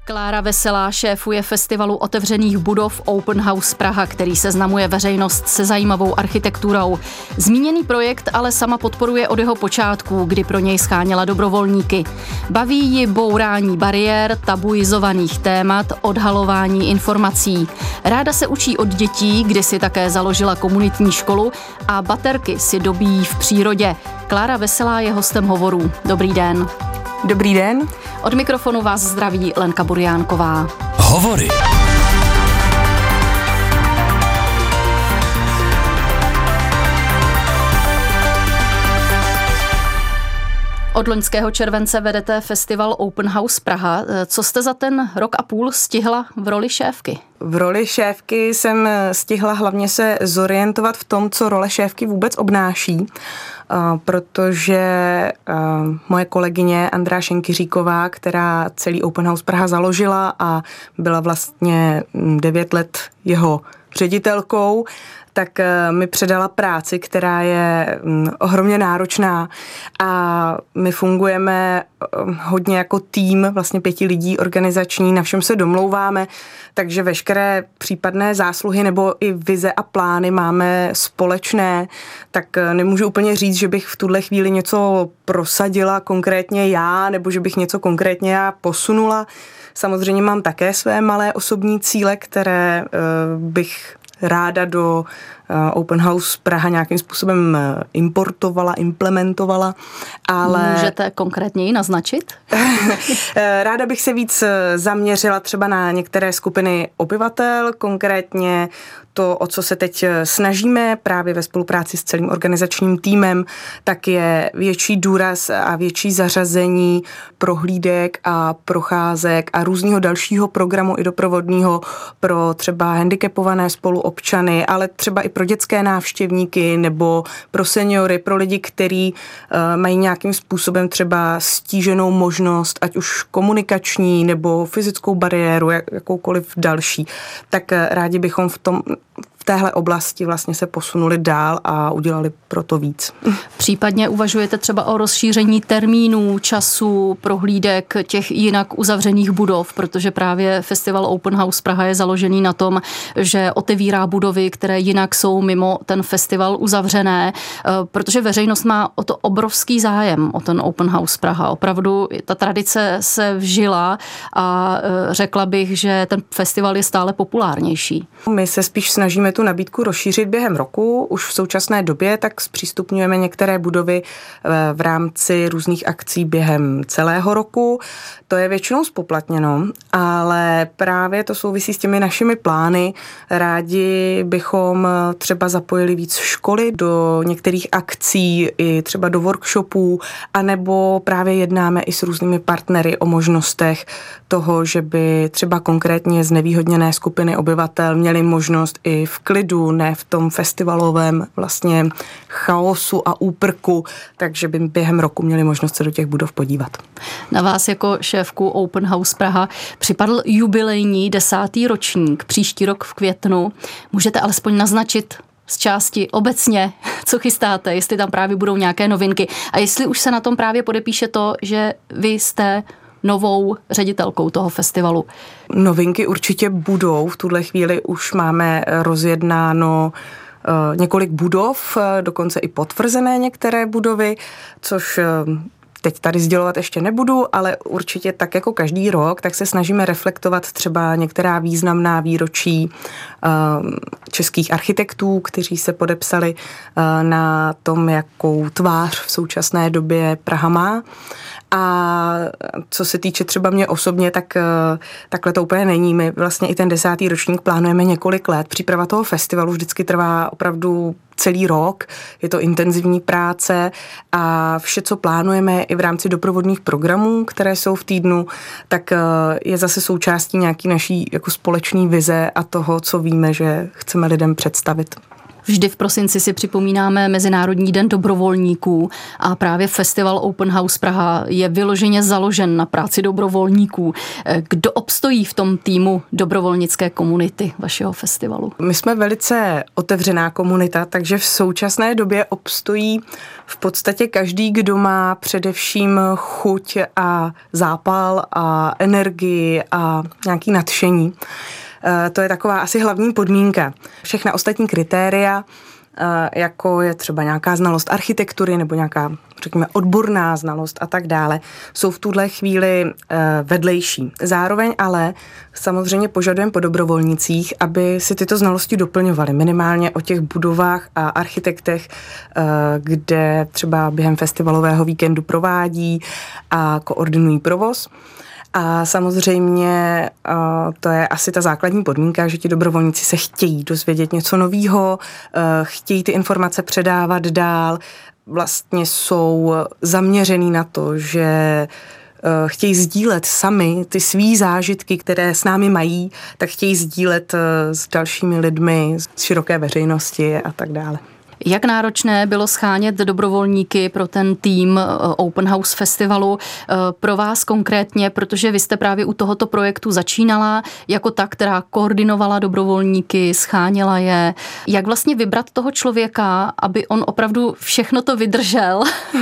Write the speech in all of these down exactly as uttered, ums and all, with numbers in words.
Klára Veselá šéfuje festivalu otevřených budov Open House Praha, který seznamuje veřejnost se zajímavou architekturou. Zmíněný projekt ale sama podporuje od jeho počátků, kdy pro něj sháněla dobrovolníky. Baví ji bourání bariér, tabuizovaných témat, odhalování informací. Ráda se učí od dětí, kdy si také založila komunitní školu a baterky si dobíjí v přírodě. Klára Veselá je hostem hovorů. Dobrý den. Dobrý den. Od mikrofonu vás zdraví Lenka Burjánková. Hovory. Od loňského července vedete festival Open House Praha. Co jste za ten rok a půl stihla v roli šéfky? V roli šéfky jsem stihla hlavně se zorientovat v tom, co role šéfky vůbec obnáší, protože moje kolegyně Andrea Šenkyříková, která celý Open House Praha založila a byla vlastně devět let jeho ředitelkou, tak mi předala práci, která je ohromně náročná a my fungujeme hodně jako tým, vlastně pěti lidí organizační, na všem se domlouváme, takže veškeré případné zásluhy nebo i vize a plány máme společné, tak nemůžu úplně říct, že bych v tuhle chvíli něco prosadila konkrétně já, nebo že bych něco konkrétně já posunula. Samozřejmě mám také své malé osobní cíle, které bych ráda do Open House Praha nějakým způsobem importovala, implementovala, ale... Můžete konkrétněji naznačit? Ráda bych se víc zaměřila třeba na některé skupiny obyvatel, konkrétně to, o co se teď snažíme právě ve spolupráci s celým organizačním týmem, tak je větší důraz a větší zařazení prohlídek a procházek a různého dalšího programu i doprovodního pro třeba handicapované spoluobčany, ale třeba i pro dětské návštěvníky nebo pro seniory, pro lidi, kteří uh, mají nějakým způsobem třeba stíženou možnost, ať už komunikační nebo fyzickou bariéru, jak, jakoukoliv další. Tak uh, rádi bychom v tom v téhle oblasti vlastně se posunuli dál a udělali proto víc. Případně uvažujete třeba o rozšíření termínů, času, prohlídek těch jinak uzavřených budov, protože právě festival Open House Praha je založený na tom, že otevírá budovy, které jinak jsou mimo ten festival uzavřené, protože veřejnost má o to obrovský zájem, o ten Open House Praha. Opravdu ta tradice se vžila a řekla bych, že ten festival je stále populárnější. My se spíš snažíme tu nabídku rozšířit během roku. Už v současné době tak zpřístupňujeme některé budovy v rámci různých akcí během celého roku. To je většinou zpoplatněno, ale právě to souvisí s těmi našimi plány. Rádi bychom třeba zapojili víc školy do některých akcí, i třeba do workshopů, anebo právě jednáme i s různými partnery o možnostech toho, že by třeba konkrétně znevýhodněné skupiny obyvatel měly možnost i v klidu, ne v tom festivalovém vlastně chaosu a úprku, takže by během roku měli možnost se do těch budov podívat. Na vás jako šéfku Open House Praha připadl jubilejní desátý ročník, příští rok v květnu. Můžete alespoň naznačit z části obecně, co chystáte, jestli tam právě budou nějaké novinky a jestli už se na tom právě podepíše to, že vy jste novou ředitelkou toho festivalu. Novinky určitě budou. V tuhle chvíli už máme rozjednáno několik budov, dokonce i potvrzené některé budovy, což teď tady sdělovat ještě nebudu, ale určitě tak jako každý rok, tak se snažíme reflektovat třeba některá významná výročí českých architektů, kteří se podepsali na tom, jakou tvář v současné době Praha má. A co se týče třeba mě osobně, tak takhle to úplně není. My vlastně i ten desátý ročník plánujeme několik let. Příprava toho festivalu vždycky trvá opravdu celý rok. Je to intenzivní práce a vše, co plánujeme i v rámci doprovodných programů, které jsou v týdnu, tak je zase součástí nějaký naší jako společný vize a toho, co víme, že chceme lidem představit. Vždy v prosinci si připomínáme Mezinárodní den dobrovolníků a právě festival Open House Praha je vyloženě založen na práci dobrovolníků. Kdo obstojí v tom týmu dobrovolnické komunity vašeho festivalu? My jsme velice otevřená komunita, takže v současné době obstojí v podstatě každý, kdo má především chuť a zápal a energii a nějaký nadšení. To je taková asi hlavní podmínka. Všechna ostatní kritéria, jako je třeba nějaká znalost architektury nebo nějaká, řekněme, odborná znalost a tak dále, jsou v tuhle chvíli vedlejší. Zároveň ale samozřejmě požadujeme po dobrovolnicích, aby si tyto znalosti doplňovaly minimálně o těch budovách a architektech, kde třeba během festivalového víkendu provádí a koordinují provoz. A samozřejmě to je asi ta základní podmínka, že ti dobrovolníci se chtějí dozvědět něco nového, chtějí ty informace předávat dál, vlastně jsou zaměřený na to, že chtějí sdílet sami ty svý zážitky, které s námi mají, tak chtějí sdílet s dalšími lidmi, z široké veřejnosti a tak dále. Jak náročné bylo schánět dobrovolníky pro ten tým Open House Festivalu pro vás konkrétně, protože vy jste právě u tohoto projektu začínala jako ta, která koordinovala dobrovolníky, scháněla je. Jak vlastně vybrat toho člověka, aby on opravdu všechno to vydržel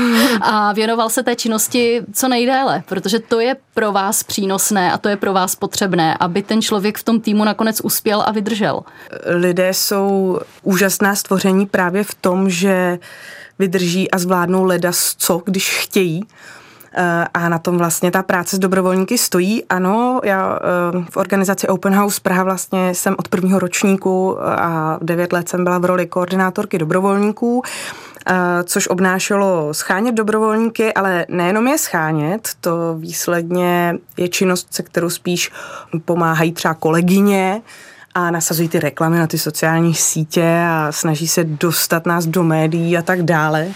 a věnoval se té činnosti co nejdéle, protože to je pro vás přínosné a to je pro vás potřebné, aby ten člověk v tom týmu nakonec uspěl a vydržel. Lidé jsou úžasná stvoření právě v tom, že vydrží a zvládnou ledas co, když chtějí. A na tom vlastně ta práce s dobrovolníky stojí. Ano, já v organizaci Open House Praha vlastně jsem od prvního ročníku a devět let jsem byla v roli koordinátorky dobrovolníků, což obnášelo schánět dobrovolníky, ale nejenom je schánět, to výsledně je činnost, se kterou spíš pomáhají třeba kolegyně, a nasazují ty reklamy na ty sociální sítě a snaží se dostat nás do médií a tak dále.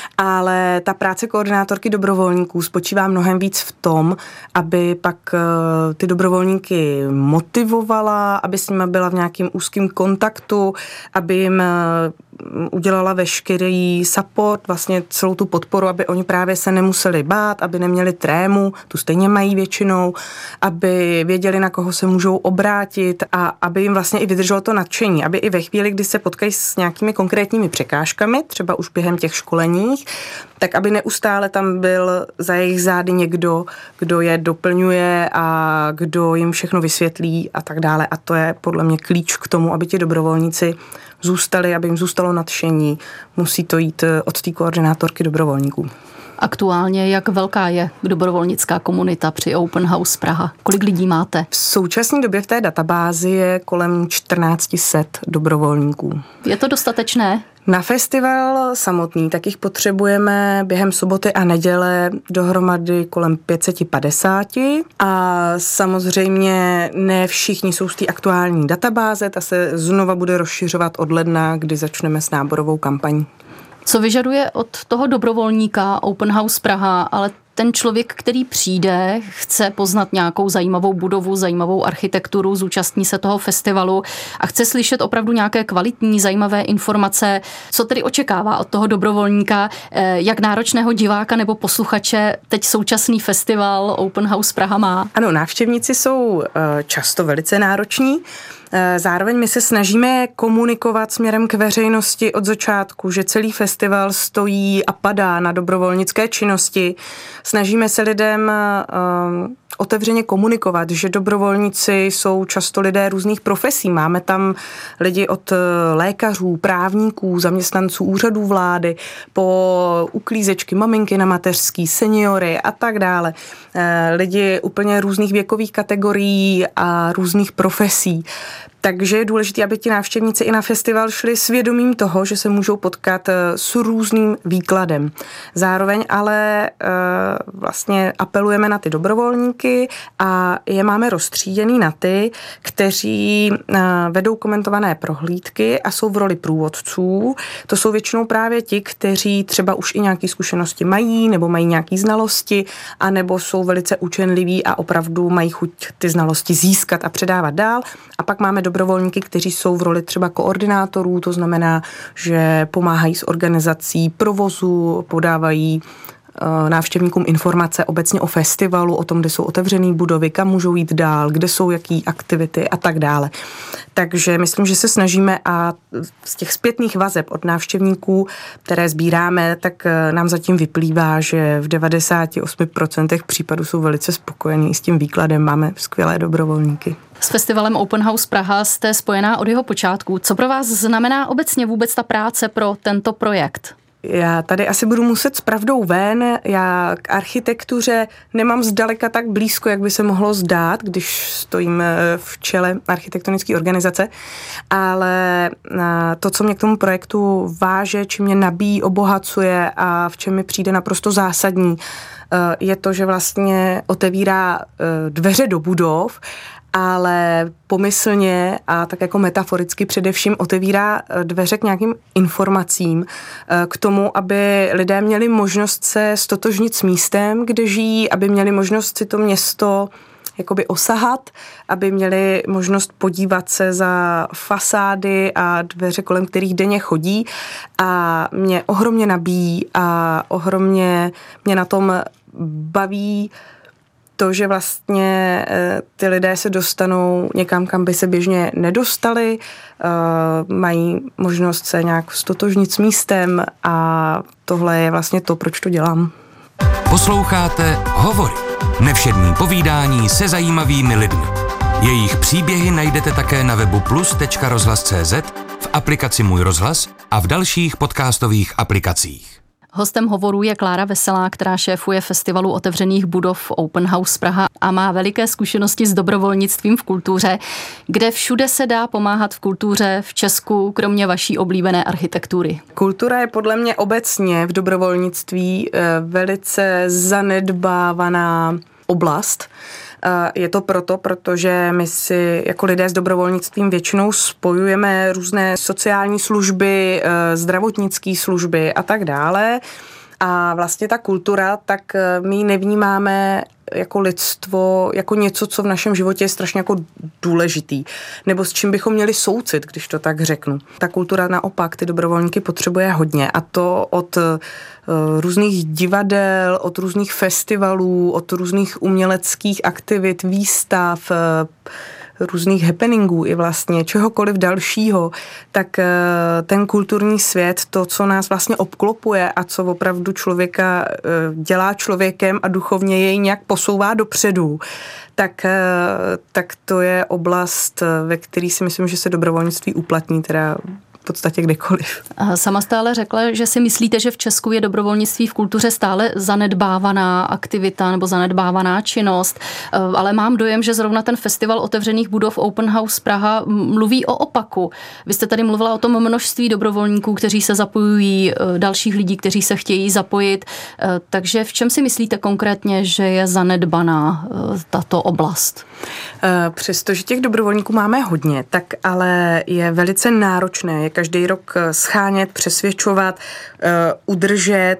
Ale ta práce koordinátorky dobrovolníků spočívá mnohem víc v tom, aby pak ty dobrovolníky motivovala, aby s nimi byla v nějakém úzkém kontaktu, aby jim udělala veškerý support, vlastně celou tu podporu, aby oni právě se nemuseli bát, aby neměli trému, tu stejně mají většinou, aby věděli, na koho se můžou obrátit a aby jim vlastně i vydrželo to nadšení, aby i ve chvíli, kdy se potkají s nějakými konkrétními překážkami, třeba už během těch školeních, tak aby neustále tam byl za jejich zády někdo, kdo je doplňuje a kdo jim všechno vysvětlí a tak dále. A to je podle mě klíč k tomu, aby ti dobrovolníci zůstali, aby jim zůstalo nadšení. Musí to jít od té koordinátorky dobrovolníků. Aktuálně, jak velká je dobrovolnická komunita při Open House Praha? Kolik lidí máte? V současné době v té databázi je kolem čtrnáct set dobrovolníků. Je to dostatečné? Na festival samotný, tak jich potřebujeme během soboty a neděle dohromady kolem pět set padesát a samozřejmě ne všichni jsou z té aktuální databáze, ta se znova bude rozšiřovat od ledna, kdy začneme s náborovou kampaní. Co vyžaduje od toho dobrovolníka Open House Praha, ale ten člověk, který přijde, chce poznat nějakou zajímavou budovu, zajímavou architekturu, zúčastní se toho festivalu a chce slyšet opravdu nějaké kvalitní, zajímavé informace. Co tedy očekává od toho dobrovolníka, jak náročného diváka nebo posluchače teď současný festival Open House Praha má? Ano, návštěvníci jsou často velice nároční. Zároveň my se snažíme komunikovat směrem k veřejnosti od začátku, že celý festival stojí a padá na dobrovolnické činnosti. Snažíme se lidem uh, otevřeně komunikovat, že dobrovolníci jsou často lidé různých profesí. Máme tam lidi od lékařů, právníků, zaměstnanců úřadů vlády, po uklízečky, maminky na mateřský, seniory a tak dále. Uh, lidi úplně různých věkových kategorií a různých profesí. Takže je důležité, aby ti návštěvníci i na festival šli svědomím toho, že se můžou potkat s různým výkladem. Zároveň ale e, vlastně apelujeme na ty dobrovolníky a je máme rozstříděný na ty, kteří e, vedou komentované prohlídky a jsou v roli průvodců. To jsou většinou právě ti, kteří třeba už i nějaké zkušenosti mají nebo mají nějaké znalosti, anebo jsou velice učenliví a opravdu mají chuť ty znalosti získat a předávat dál. A pak máme dobrovolníky, kteří jsou v roli třeba koordinátorů, to znamená, že pomáhají s organizací provozu, podávají návštěvníkům informace obecně o festivalu, o tom, kde jsou otevřené budovy, kam můžou jít dál, kde jsou jaký aktivity a tak dále. Takže myslím, že se snažíme a z těch zpětných vazeb od návštěvníků, které sbíráme, tak nám zatím vyplývá, že v devadesát osm procent případů jsou velice spokojení s tím výkladem. Máme skvělé dobrovolníky. S festivalem Open House Praha jste spojená od jeho počátku. Co pro vás znamená obecně vůbec ta práce pro tento projekt? Já tady asi budu muset s pravdou ven. Já k architektuře nemám zdaleka tak blízko, jak by se mohlo zdát, když stojím v čele architektonické organizace, ale to, co mě k tomu projektu váže, či mě nabíjí, obohacuje a v čem mi přijde naprosto zásadní, je to, že vlastně otevírá dveře do budov, ale pomyslně a tak jako metaforicky především otevírá dveře k nějakým informacím, k tomu, aby lidé měli možnost se stotožnit s místem, kde žijí, aby měli možnost si to město jakoby osahat, aby měli možnost podívat se za fasády a dveře, kolem kterých denně chodí, a mě ohromně nabíjí a ohromně mě na tom baví to, že vlastně ty lidé se dostanou někam, kam by se běžně nedostali, mají možnost se nějak stotožnit s místem a tohle je vlastně to, proč to dělám. Posloucháte Hovory. Nevšední povídání se zajímavými lidmi. Jejich příběhy najdete také na webu plus tečka rozhlas tečka cé zet, v aplikaci Můj rozhlas a v dalších podcastových aplikacích. Hostem Hovorů je Klára Veselá, která šéfuje festivalu otevřených budov Open House Praha a má veliké zkušenosti s dobrovolnictvím v kultuře. Kde všude se dá pomáhat v kultuře v Česku, kromě vaší oblíbené architektury? Kultura je podle mě obecně v dobrovolnictví velice zanedbávaná oblast. Je to proto, protože my si jako lidé s dobrovolnictvím většinou spojujeme různé sociální služby, zdravotnické služby a tak dále. A vlastně ta kultura, tak my ji nevnímáme jako lidstvo, jako něco, co v našem životě je strašně jako důležitý. Nebo s čím bychom měli soucit, když to tak řeknu. Ta kultura naopak ty dobrovolníky potřebuje hodně. A to od uh, různých divadel, od různých festivalů, od různých uměleckých aktivit, výstav, uh, různých happeningů i vlastně čehokoliv dalšího, tak ten kulturní svět, to, co nás vlastně obklopuje a co opravdu člověka dělá člověkem a duchovně jej nějak posouvá dopředu, tak, tak to je oblast, ve které si myslím, že se dobrovolnictví uplatní, teda v podstatě kdekoliv. Sama jste ale řekla, že si myslíte, že v Česku je dobrovolnictví v kultuře stále zanedbávaná aktivita nebo zanedbávaná činnost, ale mám dojem, že zrovna ten festival otevřených budov Open House Praha mluví o opaku. Vy jste tady mluvila o tom množství dobrovolníků, kteří se zapojují, dalších lidí, kteří se chtějí zapojit. Takže v čem si myslíte konkrétně, že je zanedbaná tato oblast? Přestože těch dobrovolníků máme hodně, tak ale je velice náročné je každý rok schánět, přesvědčovat, udržet,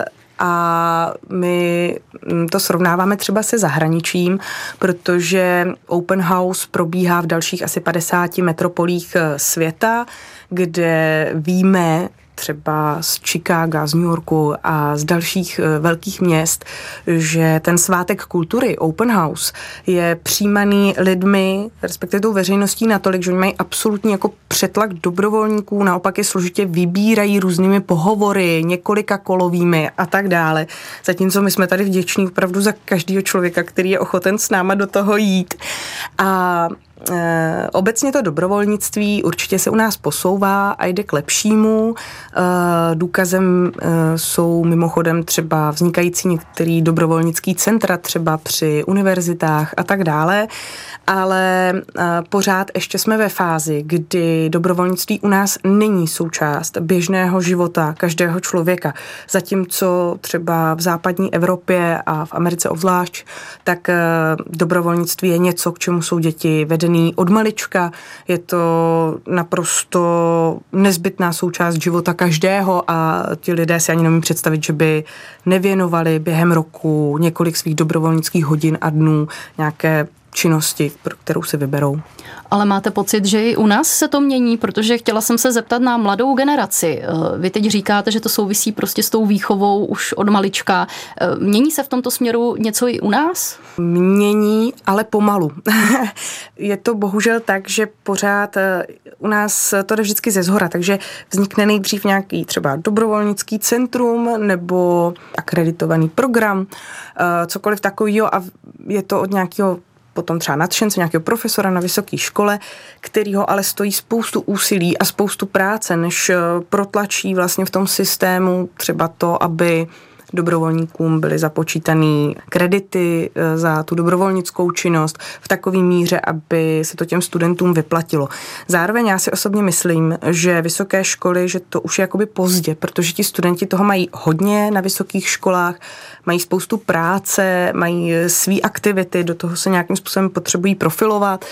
a my to srovnáváme třeba se zahraničím, protože Open House probíhá v dalších asi padesáti metropolích světa, kde víme třeba z Chicaga, z New Yorku a z dalších velkých měst, že ten svátek kultury Open House je přijímaný lidmi, respektive tou veřejností natolik, že oni mají absolutní jako přetlak dobrovolníků, naopak je složitě vybírají různými pohovory, několika kolovými a tak dále. Zatímco my jsme tady vděční opravdu za každého člověka, který je ochoten s náma do toho jít. A E, obecně to dobrovolnictví určitě se u nás posouvá a jde k lepšímu. E, důkazem e, jsou mimochodem třeba vznikající některé dobrovolnický centra, třeba při univerzitách a tak dále, ale e, pořád ještě jsme ve fázi, kdy dobrovolnictví u nás není součást běžného života každého člověka. Zatímco třeba v západní Evropě a v Americe obzvlášť, tak e, dobrovolnictví je něco, k čemu jsou děti vedeny od malička. Je to naprosto nezbytná součást života každého a ti lidé si ani nemůžou představit, že by nevěnovali během roku několik svých dobrovolnických hodin a dnů nějaké činnosti, pro kterou si vyberou. Ale máte pocit, že i u nás se to mění, protože chtěla jsem se zeptat na mladou generaci. Vy teď říkáte, že to souvisí prostě s tou výchovou už od malička. Mění se v tomto směru něco i u nás? Mění, ale pomalu. Je to bohužel tak, že pořád u nás to jde vždycky ze zhora, takže vznikne nejdřív nějaký třeba dobrovolnický centrum nebo akreditovaný program, cokoliv takového a je to od nějakého potom třeba nadšence, nějakého profesora na vysoké škole, kterýho ale stojí spoustu úsilí a spoustu práce, než protlačí vlastně v tom systému třeba to, aby dobrovolníkům byly započítaný kredity za tu dobrovolnickou činnost v takové míře, aby se to těm studentům vyplatilo. Zároveň já si osobně myslím, že vysoké školy, že to už je jakoby pozdě, protože ti studenti toho mají hodně na vysokých školách, mají spoustu práce, mají svý aktivity, do toho se nějakým způsobem potřebují profilovat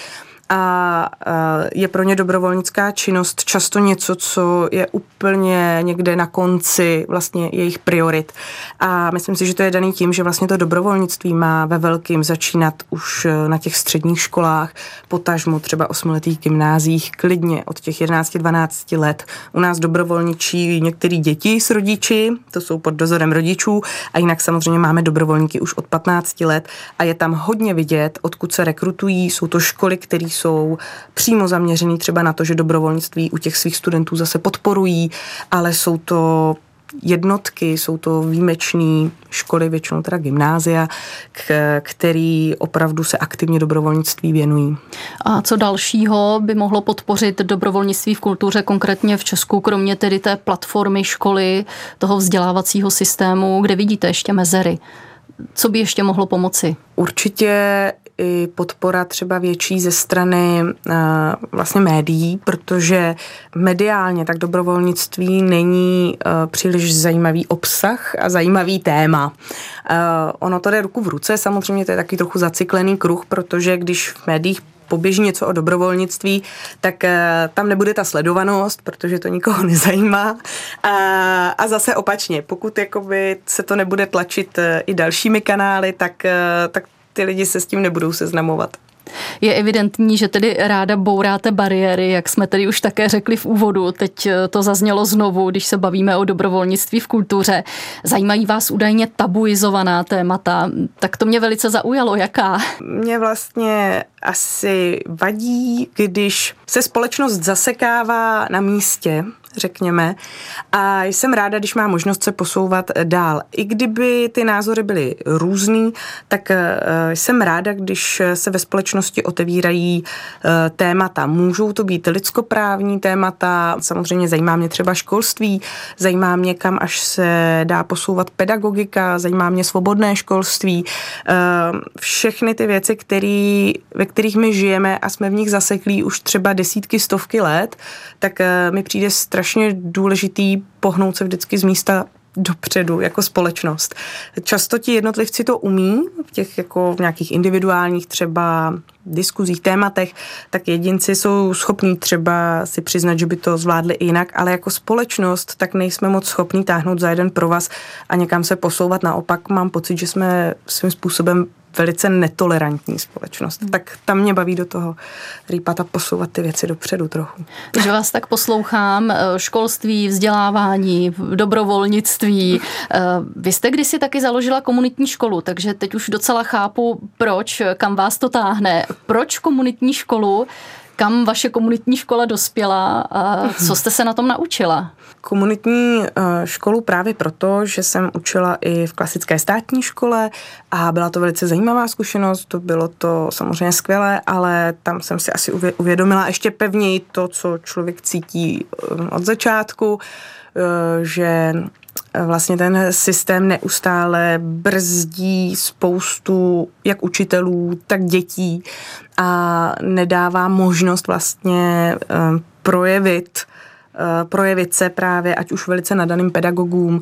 a je pro ně dobrovolnická činnost často něco, co je úplně někde na konci vlastně jejich priorit. A myslím si, že to je daný tím, že vlastně to dobrovolnictví má ve velkým začínat už na těch středních školách, potažmo třeba osmiletých gymnáziích, klidně od těch jedenáct dvanáct let. U nás dobrovolničí některý děti s rodiči, to jsou pod dozorem rodičů, a jinak samozřejmě máme dobrovolníky už od patnácti let a je tam hodně vidět, odkud se rekrutují, jsou to školy, které jsou přímo zaměřený třeba na to, že dobrovolnictví u těch svých studentů zase podporují, ale jsou to jednotky, jsou to výjimečné školy, většinou teda gymnázia, k, který opravdu se aktivně dobrovolnictví věnují. A co dalšího by mohlo podpořit dobrovolnictví v kultuře, konkrétně v Česku, kromě tedy té platformy školy, toho vzdělávacího systému, kde vidíte ještě mezery? Co by ještě mohlo pomoci? Určitě i podpora třeba větší ze strany uh, vlastně médií, protože mediálně tak dobrovolnictví není uh, příliš zajímavý obsah a zajímavý téma. Uh, ono to jde ruku v ruce, samozřejmě to je taky trochu zacyklený kruh, protože když v médiích poběží něco o dobrovolnictví, tak uh, tam nebude ta sledovanost, protože to nikoho nezajímá. A, a zase opačně, pokud jakoby se to nebude tlačit uh, i dalšími kanály, tak, uh, tak ty lidi se s tím nebudou seznamovat. Je evidentní, že tedy ráda bouráte bariéry, jak jsme tedy už také řekli v úvodu. Teď to zaznělo znovu, když se bavíme o dobrovolnictví v kultuře. Zajímají vás údajně tabuizovaná témata. Tak to mě velice zaujalo. Jaká? Mě vlastně asi vadí, když se společnost zasekává na místě, řekněme. A jsem ráda, když má možnost se posouvat dál. I kdyby ty názory byly různý, tak jsem ráda, když se ve společnosti otevírají témata. Můžou to být lidskoprávní témata, samozřejmě zajímá mě třeba školství, zajímá mě, kam až se dá posouvat pedagogika, zajímá mě svobodné školství. Všechny ty věci, který, ve kterých my žijeme a jsme v nich zaseklí už třeba desítky, stovky let, tak mi přijde strašně důležitý pohnout se vždycky z místa dopředu jako společnost. Často ti jednotlivci to umí v těch jako v nějakých individuálních třeba diskuzích, tématech, tak jedinci jsou schopní třeba si přiznat, že by to zvládli i jinak, ale jako společnost tak nejsme moc schopní táhnout za jeden provaz a někam se posouvat. Naopak mám pocit, že jsme svým způsobem velice netolerantní společnost. Hmm. Tak tam mě baví do toho rýpat a posouvat ty věci dopředu trochu. Když vás tak poslouchám, školství, vzdělávání, dobrovolnictví. Vy jste kdysi taky založila komunitní školu, takže teď už docela chápu, proč, kam vás to táhne. Proč komunitní školu? Kam vaše komunitní škola dospěla a co jste se na tom naučila? Komunitní školu právě proto, že jsem učila i v klasické státní škole a byla to velice zajímavá zkušenost, to bylo to samozřejmě skvělé, ale tam jsem si asi uvědomila ještě pevněji to, co člověk cítí od začátku, že vlastně ten systém neustále brzdí spoustu jak učitelů, tak dětí a nedává možnost vlastně projevit projevit se právě ať už velice nadaným pedagogům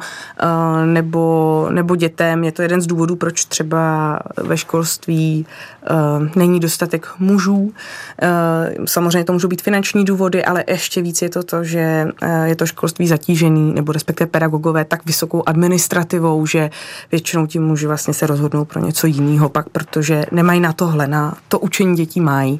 nebo, nebo dětem. Je to jeden z důvodů, proč třeba ve školství není dostatek mužů. Samozřejmě to můžou být finanční důvody, ale ještě víc je to to, že je to školství zatížený, nebo respektive pedagogové tak vysokou administrativou, že většinou ti muži vlastně se rozhodnou pro něco jiného pak, protože nemají na tohle, na to učení dětí mají.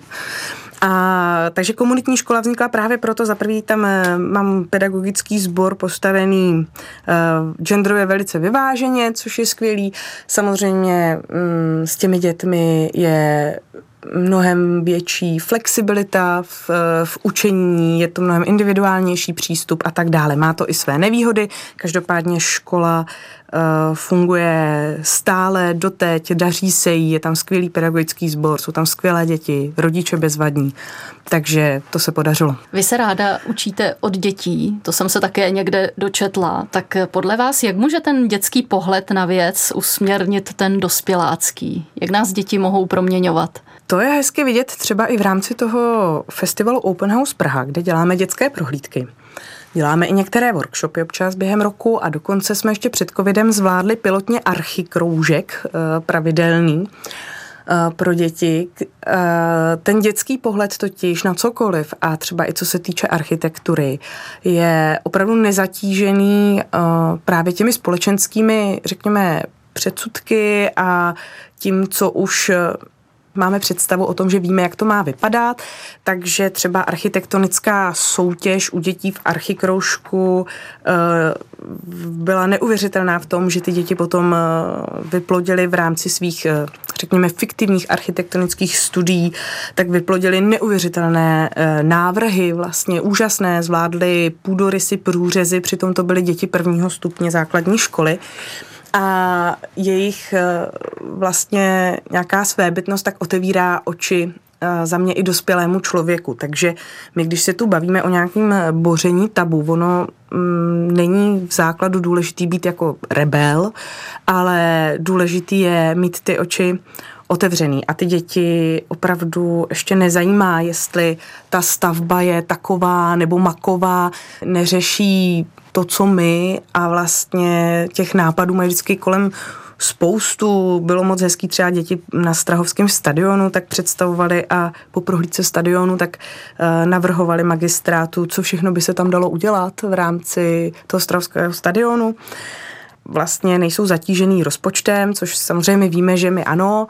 A takže komunitní škola vznikla právě proto, za prvý tam mám pedagogický sbor postavený uh, genderově velice vyváženě, což je skvělý. Samozřejmě um, s těmi dětmi je mnohem větší flexibilita v, v učení, je to mnohem individuálnější přístup a tak dále. Má to i své nevýhody, každopádně škola uh, funguje stále doteď, daří se jí, je tam skvělý pedagogický sbor, jsou tam skvělé děti, rodiče bezvadní, takže to se podařilo. Vy se ráda učíte od dětí, to jsem se také někde dočetla, tak podle vás, jak může ten dětský pohled na věc usměrnit ten dospělácký? Jak nás děti mohou proměňovat? To je hezky vidět třeba i v rámci toho festivalu Open House Praha, kde děláme dětské prohlídky. Děláme i některé workshopy občas během roku a dokonce jsme ještě před covidem zvládli pilotně archikroužek pravidelný pro děti. Ten dětský pohled totiž na cokoliv a třeba i co se týče architektury je opravdu nezatížený právě těmi společenskými, řekněme, předsudky a tím, co už máme představu o tom, že víme, jak to má vypadat, takže třeba architektonická soutěž u dětí v archikroužku byla neuvěřitelná v tom, že ty děti potom vyplodily v rámci svých, řekněme, fiktivních architektonických studií, tak vyplodily neuvěřitelné návrhy, vlastně úžasné, zvládly půdorysy, průřezy, přitom to byly děti prvního stupně základní školy. A jejich vlastně nějaká svébytnost tak otevírá oči za mě i dospělému člověku. Takže my, když se tu bavíme o nějakém boření tabu, ono mm, není v základu důležitý být jako rebel, ale důležitý je mít ty oči otevřený. A ty děti opravdu ještě nezajímá, jestli ta stavba je taková nebo maková, neřeší to, co my, a vlastně těch nápadů mají vždycky kolem spoustu. Bylo moc hezký, třeba děti na Strahovském stadionu tak představovali a po prohlídce stadionu tak uh, navrhovali magistrátu, co všechno by se tam dalo udělat v rámci toho Strahovského stadionu. Vlastně nejsou zatížený rozpočtem, což samozřejmě víme, že my ano,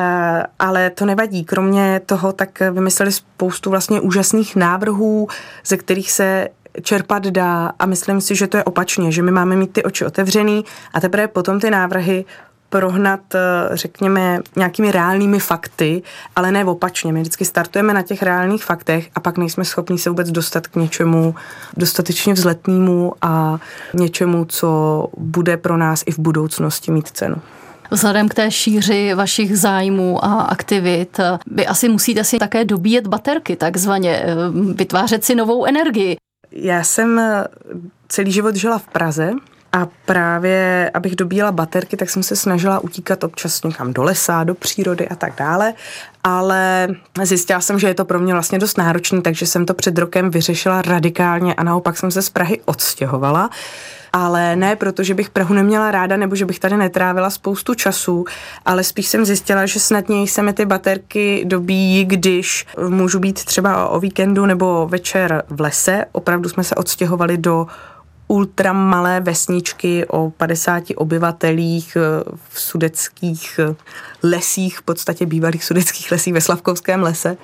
ale to nevadí. Kromě toho tak vymysleli spoustu vlastně úžasných návrhů, ze kterých se čerpat dá, a myslím si, že to je opačně, že my máme mít ty oči otevřený a teprve potom ty návrhy prohnat, řekněme, nějakými reálnými fakty, ale ne opačně. My vždycky startujeme na těch reálných faktech a pak nejsme schopni se vůbec dostat k něčemu dostatečně vzletnému a něčemu, co bude pro nás i v budoucnosti mít cenu. Vzhledem k té šíři vašich zájmů a aktivit, vy asi musíte si také dobíjet baterky, takzvaně vytvářet si novou energii. Já jsem celý život žila v Praze a právě, abych dobíjela baterky, tak jsem se snažila utíkat občas někam do lesa, do přírody a tak dále, ale zjistila jsem, že je to pro mě vlastně dost náročný, takže jsem to před rokem vyřešila radikálně a naopak jsem se z Prahy odstěhovala. Ale ne proto, že bych Prahu neměla ráda, nebo že bych tady netrávila spoustu času, ale spíš jsem zjistila, že snadněji se mi ty baterky dobíjí, když můžu být třeba o víkendu nebo večer v lese. Opravdu jsme se odstěhovali do ultramalé vesničky o padesáti obyvatelích v sudeckých lesích, v podstatě bývalých sudeckých lesích ve Slavkovském lese.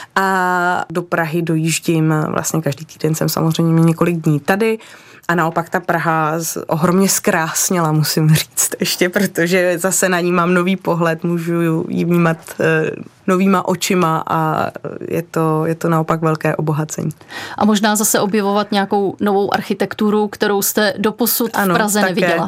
A do Prahy dojíždím vlastně každý týden, jsem samozřejmě několik dní tady. A naopak ta Praha ohromně zkrásněla, musím říct ještě, protože zase na ní mám nový pohled, můžu ji vnímat e, novýma očima a je to, je to naopak velké obohacení. A možná zase objevovat nějakou novou architekturu, kterou jste doposud ano, v Praze také neviděla.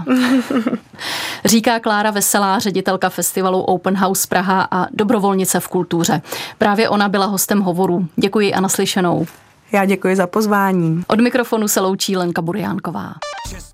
Říká Klára Veselá, ředitelka festivalu Open House Praha a dobrovolnice v kultuře. Právě ona byla hostem hovoru. Děkuji a naslyšenou. Já děkuji za pozvání. Od mikrofonu se loučí Lenka Burjánková.